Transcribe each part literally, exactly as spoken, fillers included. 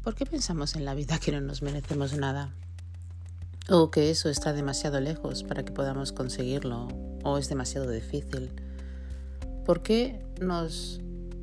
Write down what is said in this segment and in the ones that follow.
¿Por qué pensamos en la vida que no nos merecemos nada? O que eso está demasiado lejos para que podamos conseguirlo, o es demasiado difícil. ¿Por qué nos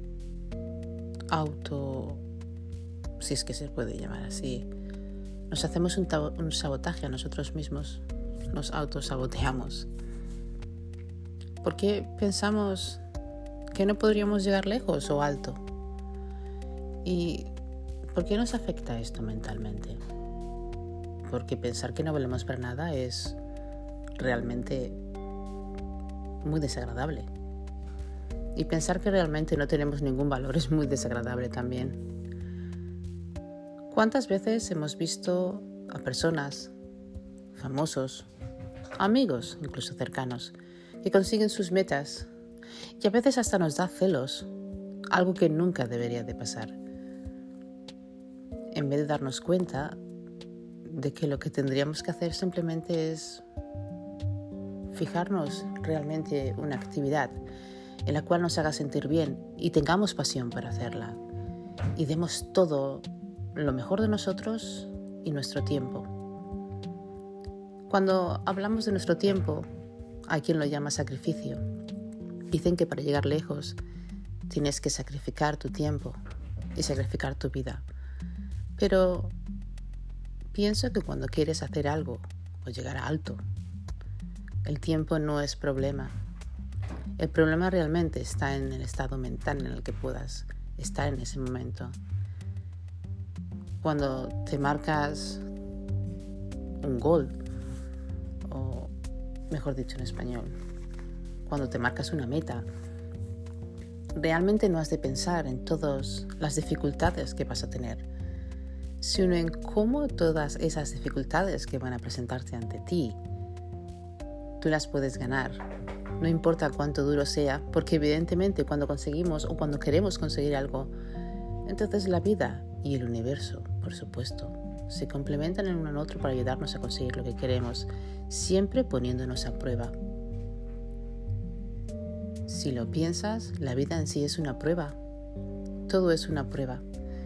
auto, si es que se puede llamar así, nos hacemos un, tab- un sabotaje a nosotros mismos, nos autosaboteamos? ¿Por qué pensamos que no podríamos llegar lejos o alto? ¿Y por qué nos afecta esto mentalmente? Porque pensar que no valemos para nada es realmente muy desagradable. Y pensar que realmente no tenemos ningún valor es muy desagradable también. ¿Cuántas veces hemos visto a personas, famosos, amigos, incluso cercanos, que consiguen sus metas y a veces hasta nos da celos, algo que nunca debería de pasar? En vez de darnos cuenta de que lo que tendríamos que hacer simplemente es fijarnos realmente una actividad en la cual nos haga sentir bien y tengamos pasión para hacerla y demos todo lo mejor de nosotros y nuestro tiempo. Cuando hablamos de nuestro tiempo, hay quien lo llama sacrificio. Dicen que para llegar lejos tienes que sacrificar tu tiempo y sacrificar tu vida. Pero pienso que cuando quieres hacer algo o llegar a alto, el tiempo no es problema. El problema realmente está en el estado mental en el que puedas estar en ese momento. Cuando te marcas un gol, o mejor dicho en español, cuando te marcas una meta, realmente no has de pensar en todas las dificultades que vas a tener, sino en cómo todas esas dificultades que van a presentarte ante ti, tú las puedes ganar. No importa cuánto duro sea, porque evidentemente cuando conseguimos o cuando queremos conseguir algo, entonces la vida y el universo, por supuesto, se complementan en uno en otro para ayudarnos a conseguir lo que queremos, siempre poniéndonos a prueba. Si lo piensas, la vida en sí es una prueba. Todo es una prueba.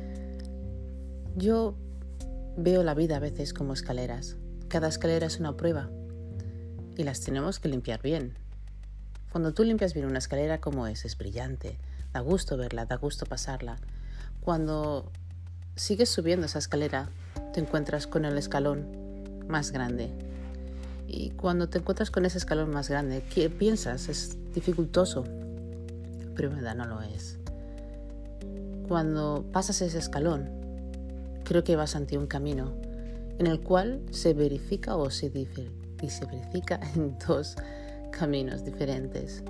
Yo veo la vida a veces como escaleras. Cada escalera es una prueba y las tenemos que limpiar bien. Cuando tú limpias bien una escalera, ¿cómo es? Es brillante, da gusto verla, da gusto pasarla. Cuando sigues subiendo esa escalera, te encuentras con el escalón más grande. Y cuando te encuentras con ese escalón más grande, ¿qué piensas? Es dificultoso, pero en verdad no lo es. Cuando pasas ese escalón, creo que vas ante un camino en el cual se verifica o se, difer- y se verifica en dos caminos diferentes.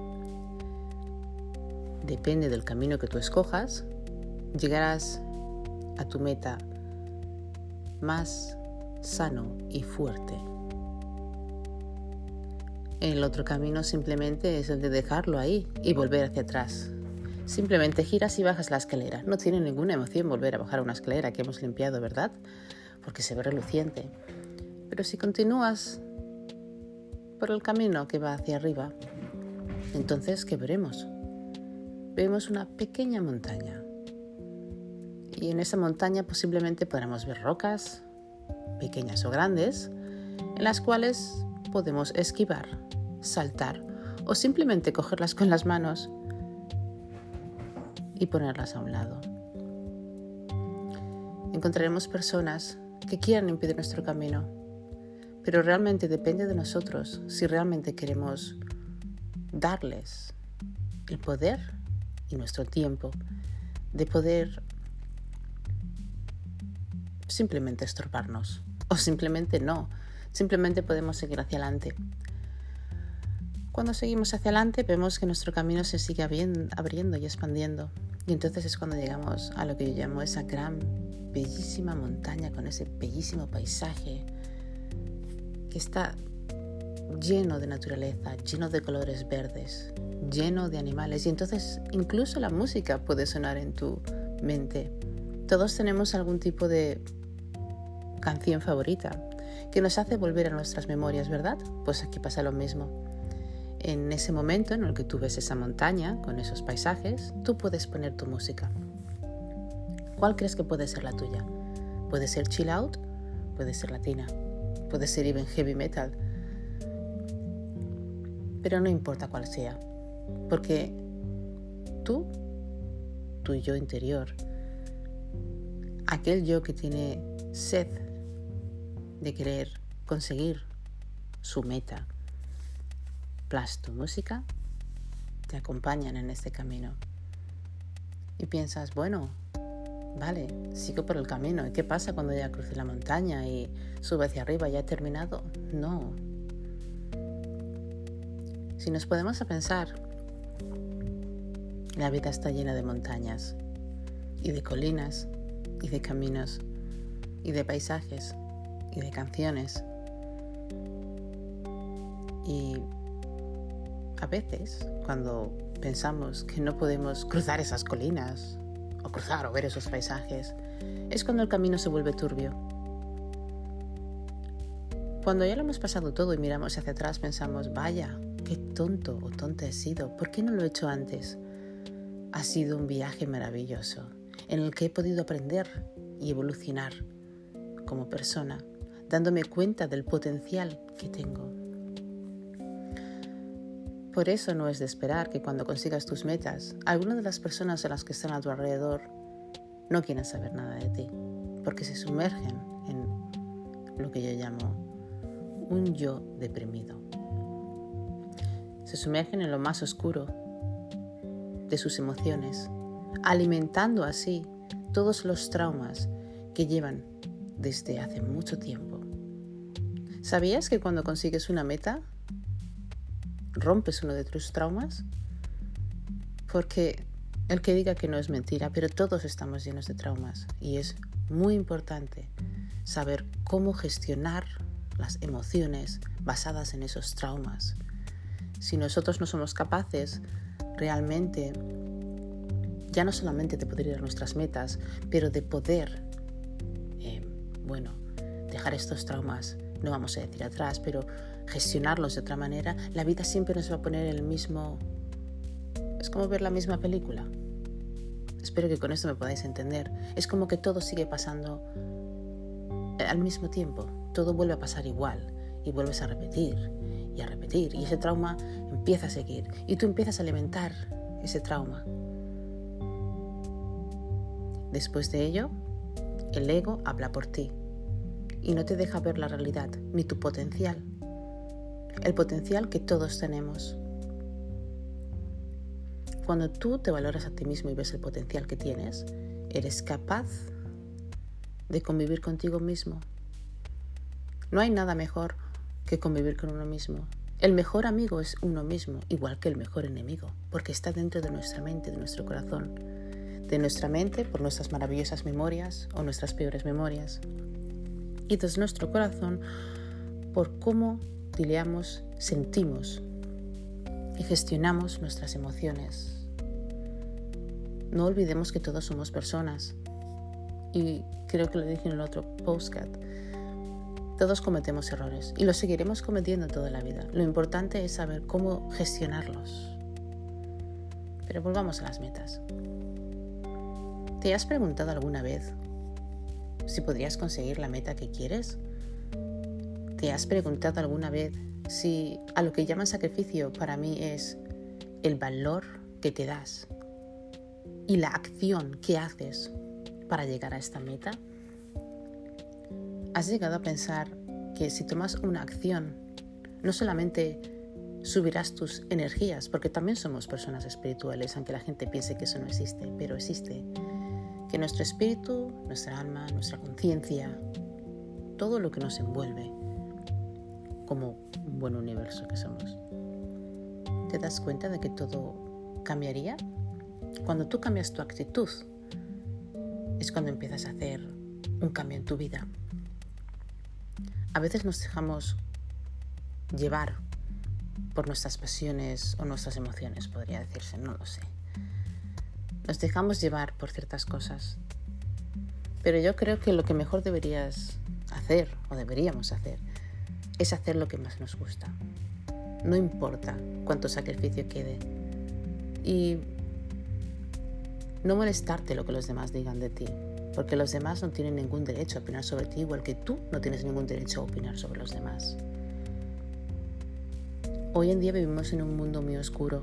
Depende del camino que tú escojas, llegarás a tu meta más sano y fuerte. El otro camino simplemente es el de dejarlo ahí y volver hacia atrás. Simplemente giras y bajas la escalera. No tiene ninguna emoción volver a bajar una escalera que hemos limpiado, ¿verdad? Porque se ve reluciente. Pero si continúas por el camino que va hacia arriba, entonces, ¿qué veremos? Vemos una pequeña montaña. Y en esa montaña posiblemente podremos ver rocas, pequeñas o grandes, en las cuales podemos esquivar, saltar o simplemente cogerlas con las manos y ponerlas a un lado. Encontraremos personas que quieran impedir nuestro camino, pero realmente depende de nosotros si realmente queremos darles el poder y nuestro tiempo de poder simplemente estorbarnos o simplemente no, simplemente podemos seguir hacia adelante. Cuando seguimos hacia adelante vemos que nuestro camino se sigue abriendo y expandiendo, y entonces es cuando llegamos a lo que yo llamo esa gran, bellísima montaña con ese bellísimo paisaje que está lleno de naturaleza, lleno de colores verdes, lleno de animales, y entonces incluso la música puede sonar en tu mente. Todos tenemos algún tipo de canción favorita que nos hace volver a nuestras memorias, ¿verdad? Pues aquí pasa lo mismo. En ese momento en el que tú ves esa montaña con esos paisajes, tú puedes poner tu música. ¿Cuál crees que puede ser la tuya? Puede ser chill out, puede ser latina, puede ser even heavy metal. Pero no importa cuál sea, porque tú, tu yo interior, aquel yo que tiene sed de querer conseguir su meta, plus tu música, te acompañan en este camino. Y piensas, bueno, vale, sigo por el camino. ¿Y qué pasa cuando ya cruce la montaña y sube hacia arriba? ¿Ya he terminado? No. Si nos podemos a pensar, la vida está llena de montañas y de colinas y de caminos y de paisajes y de canciones. Y a veces, cuando pensamos que no podemos cruzar esas colinas o cruzar o ver esos paisajes, es cuando el camino se vuelve turbio. Cuando ya lo hemos pasado todo y miramos hacia atrás, pensamos, vaya, qué tonto o tonta he sido, ¿por qué no lo he hecho antes? Ha sido un viaje maravilloso en el que he podido aprender y evolucionar como persona, dándome cuenta del potencial que tengo. Por eso no es de esperar que cuando consigas tus metas, algunas de las personas a las que están a tu alrededor no quieran saber nada de ti, porque se sumergen en lo que yo llamo un yo deprimido. Se sumergen en lo más oscuro de sus emociones, alimentando así todos los traumas que llevan desde hace mucho tiempo. ¿Sabías que cuando consigues una meta, rompes uno de tus traumas? Porque el que diga que no es mentira, pero todos estamos llenos de traumas y es muy importante saber cómo gestionar las emociones basadas en esos traumas. Si nosotros no somos capaces realmente, ya no solamente de poder ir a nuestras metas, pero de poder, eh, bueno, dejar estos traumas, no vamos a decir atrás, pero gestionarlos de otra manera, la vida siempre nos va a poner el mismo... Es como ver la misma película. Espero que con esto me podáis entender. Es como que todo sigue pasando al mismo tiempo. Todo vuelve a pasar igual y vuelves a repetir y a repetir. Y ese trauma empieza a seguir y tú empiezas a alimentar ese trauma. Después de ello, el ego habla por ti y no te deja ver la realidad ni tu potencial. El potencial que todos tenemos. Cuando tú te valoras a ti mismo y ves el potencial que tienes, eres capaz de convivir contigo mismo. No hay nada mejor que convivir con uno mismo. El mejor amigo es uno mismo, igual que el mejor enemigo, porque está dentro de nuestra mente, de nuestro corazón. De nuestra mente por nuestras maravillosas memorias o nuestras peores memorias. Y desde nuestro corazón por cómo dileamos, sentimos y gestionamos nuestras emociones. No olvidemos que todos somos personas y creo que lo dije en el otro postcard. Todos cometemos errores y los seguiremos cometiendo toda la vida. Lo importante es saber cómo gestionarlos. Pero volvamos a las metas. ¿Te has preguntado alguna vez si podrías conseguir la meta que quieres? ¿Te has preguntado alguna vez si a lo que llaman sacrificio para mí es el valor que te das y la acción que haces para llegar a esta meta? ¿Has llegado a pensar que si tomas una acción, no solamente subirás tus energías, porque también somos personas espirituales, aunque la gente piense que eso no existe, pero existe, que nuestro espíritu, nuestra alma, nuestra conciencia, todo lo que nos envuelve, como un buen universo que somos, ¿te das cuenta de que todo cambiaría? Cuando tú cambias tu actitud, es cuando empiezas a hacer un cambio en tu vida. A veces nos dejamos llevar por nuestras pasiones o nuestras emociones, podría decirse, no lo sé. Nos dejamos llevar por ciertas cosas. Pero yo creo que lo que mejor deberías hacer, o deberíamos hacer, es hacer lo que más nos gusta. No importa cuánto sacrificio quede. Y no molestarte lo que los demás digan de ti, porque los demás no tienen ningún derecho a opinar sobre ti, igual que tú no tienes ningún derecho a opinar sobre los demás. Hoy en día vivimos en un mundo muy oscuro,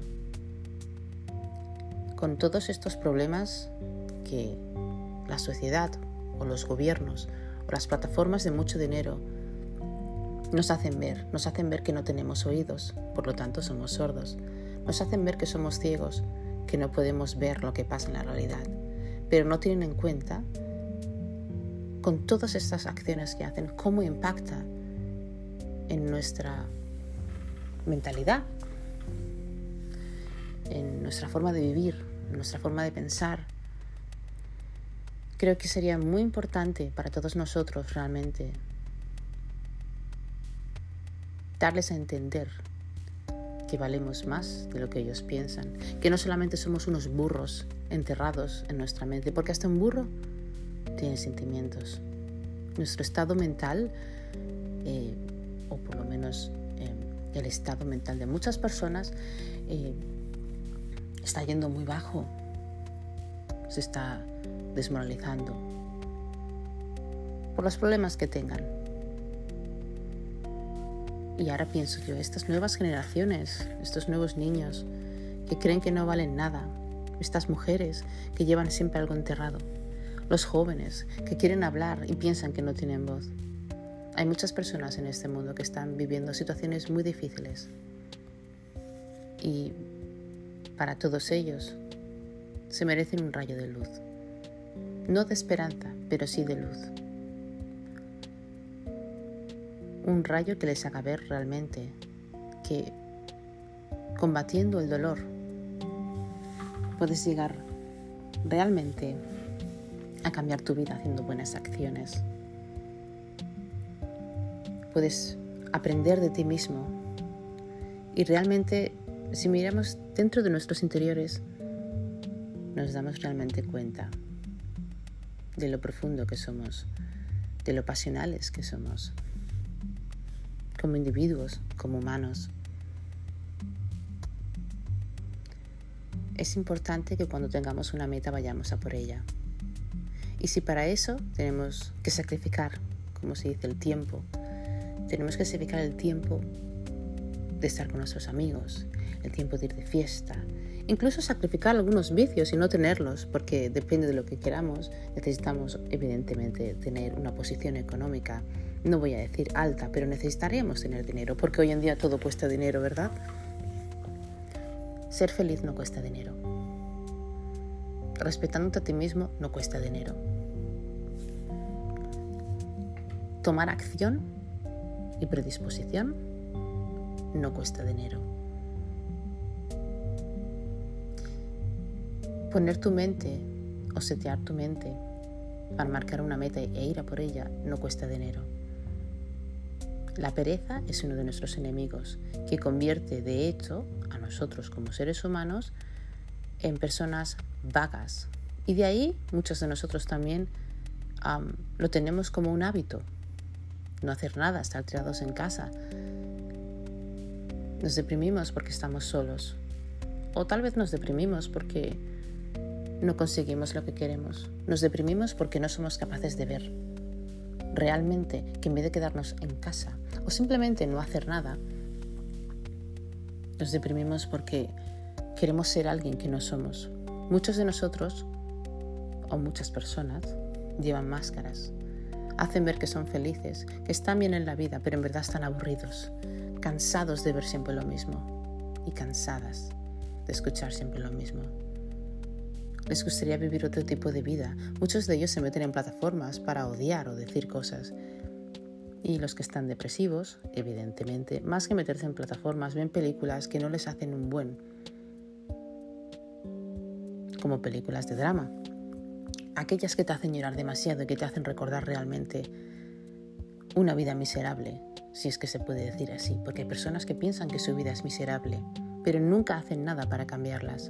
con todos estos problemas que la sociedad o los gobiernos o las plataformas de mucho dinero nos hacen ver. Nos hacen ver que no tenemos oídos, por lo tanto somos sordos. Nos hacen ver que somos ciegos, que no podemos ver lo que pasa en la realidad. Pero no tienen en cuenta, con todas estas acciones que hacen, cómo impacta en nuestra mentalidad, en nuestra forma de vivir, en nuestra forma de pensar. Creo que sería muy importante para todos nosotros realmente darles a entender que valemos más de lo que ellos piensan, que no solamente somos unos burros enterrados en nuestra mente, porque hasta un burro tiene sentimientos. Nuestro estado mental, eh, o por lo menos eh, el estado mental de muchas personas, eh, está yendo muy bajo, se está desmoralizando por los problemas que tengan. Y ahora pienso yo, estas nuevas generaciones, estos nuevos niños que creen que no valen nada, estas mujeres que llevan siempre algo enterrado, los jóvenes que quieren hablar y piensan que no tienen voz. Hay muchas personas en este mundo que están viviendo situaciones muy difíciles. Y para todos ellos se merecen un rayo de luz. No de esperanza, pero sí de luz. Un rayo que les haga ver realmente que combatiendo el dolor puedes llegar realmente a cambiar tu vida haciendo buenas acciones. Puedes aprender de ti mismo y realmente, si miramos dentro de nuestros interiores, nos damos realmente cuenta de lo profundo que somos, de lo pasionales que somos, como individuos, como humanos. Es importante que cuando tengamos una meta vayamos a por ella. Y si para eso tenemos que sacrificar, como se dice, el tiempo, tenemos que sacrificar el tiempo de estar con nuestros amigos, el tiempo de ir de fiesta, incluso sacrificar algunos vicios y no tenerlos, porque depende de lo que queramos, necesitamos evidentemente tener una posición económica, no voy a decir alta, pero necesitaríamos tener dinero, porque hoy en día todo cuesta dinero, ¿verdad? Ser feliz no cuesta dinero. Respetándote a ti mismo no cuesta dinero. Tomar acción y predisposición no cuesta dinero. Poner tu mente o setear tu mente para marcar una meta e ir a por ella no cuesta dinero. La pereza es uno de nuestros enemigos, que convierte de hecho a nosotros como seres humanos en personas vagas. Y de ahí muchos de nosotros también um, lo tenemos como un hábito. No hacer nada, estar tirados en casa. Nos deprimimos porque estamos solos. O tal vez nos deprimimos porque no conseguimos lo que queremos. Nos deprimimos porque no somos capaces de ver realmente que en vez de quedarnos en casa o simplemente no hacer nada, nos deprimimos porque queremos ser alguien que no somos. Muchos de nosotros, o muchas personas, llevan máscaras. Hacen ver que son felices, que están bien en la vida, pero en verdad están aburridos, cansados de ver siempre lo mismo y cansadas de escuchar siempre lo mismo. Les gustaría vivir otro tipo de vida. Muchos de ellos se meten en plataformas para odiar o decir cosas. Y los que están depresivos, evidentemente, más que meterse en plataformas, ven películas que no les hacen un buen, como películas de drama. Aquellas que te hacen llorar demasiado y que te hacen recordar realmente una vida miserable, si es que se puede decir así, porque hay personas que piensan que su vida es miserable, pero nunca hacen nada para cambiarlas.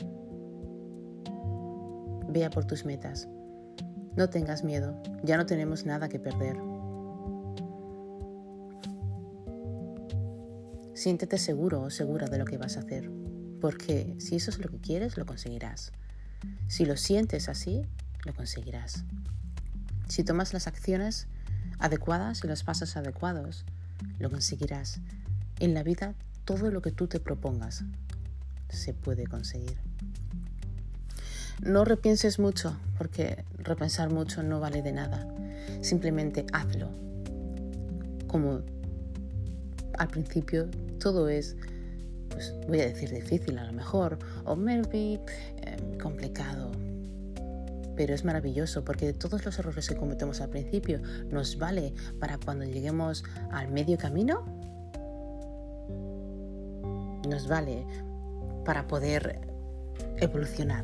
Vea por tus metas. No tengas miedo, ya no tenemos nada que perder. Siéntete seguro o segura de lo que vas a hacer, porque si eso es lo que quieres, lo conseguirás. Si lo sientes así, lo conseguirás. Si tomas las acciones adecuadas y los pasos adecuados, lo conseguirás. En la vida, todo lo que tú te propongas se puede conseguir. No repienses mucho, porque repensar mucho no vale de nada. Simplemente hazlo. Como al principio todo es, pues voy a decir difícil a lo mejor, o maybe eh, complicado. Pero es maravilloso porque todos los errores que cometemos al principio nos vale para cuando lleguemos al medio camino, nos vale para poder evolucionar.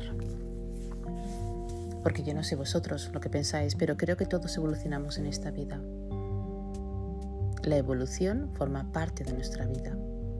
Porque yo no sé vosotros lo que pensáis, pero creo que todos evolucionamos en esta vida. La evolución forma parte de nuestra vida.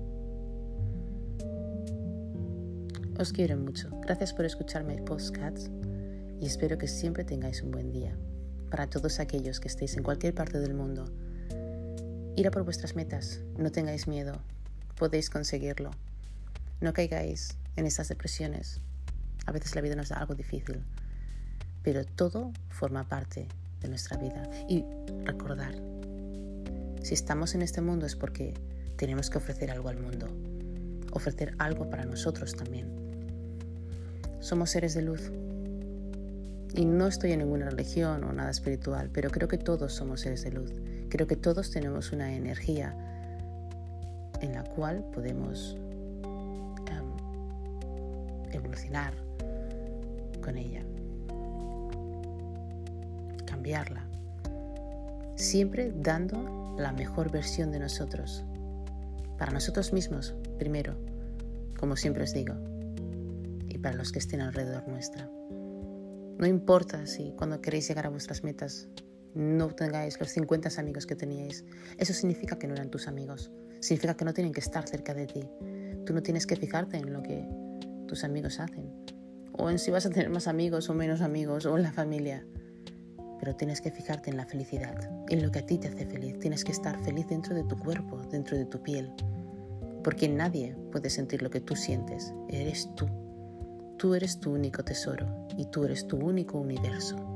Os quiero mucho. Gracias por escucharme el podcast y espero que siempre tengáis un buen día. Para todos aquellos que estéis en cualquier parte del mundo, ir a por vuestras metas. No tengáis miedo. Podéis conseguirlo. No caigáis en estas depresiones. A veces la vida nos da algo difícil, pero todo forma parte de nuestra vida. Y recordar, si estamos en este mundo es porque tenemos que ofrecer algo al mundo, ofrecer algo para nosotros también. Somos seres de luz y no estoy en ninguna religión o nada espiritual, pero creo que todos somos seres de luz. Creo que todos tenemos una energía en la cual podemos um, evolucionar con ella, cambiarla, siempre dando la mejor versión de nosotros, para nosotros mismos primero, como siempre os digo, y para los que estén alrededor nuestra. No importa si cuando queréis llegar a vuestras metas no tengáis los cincuenta amigos que teníais, eso significa que no eran tus amigos, significa que no tienen que estar cerca de ti. Tú no tienes que fijarte en lo que tus amigos hacen, o en si vas a tener más amigos o menos amigos, o en la familia. Pero tienes que fijarte en la felicidad, en lo que a ti te hace feliz. Tienes que estar feliz dentro de tu cuerpo, dentro de tu piel. Porque nadie puede sentir lo que tú sientes. Eres tú. Tú eres tu único tesoro y tú eres tu único universo.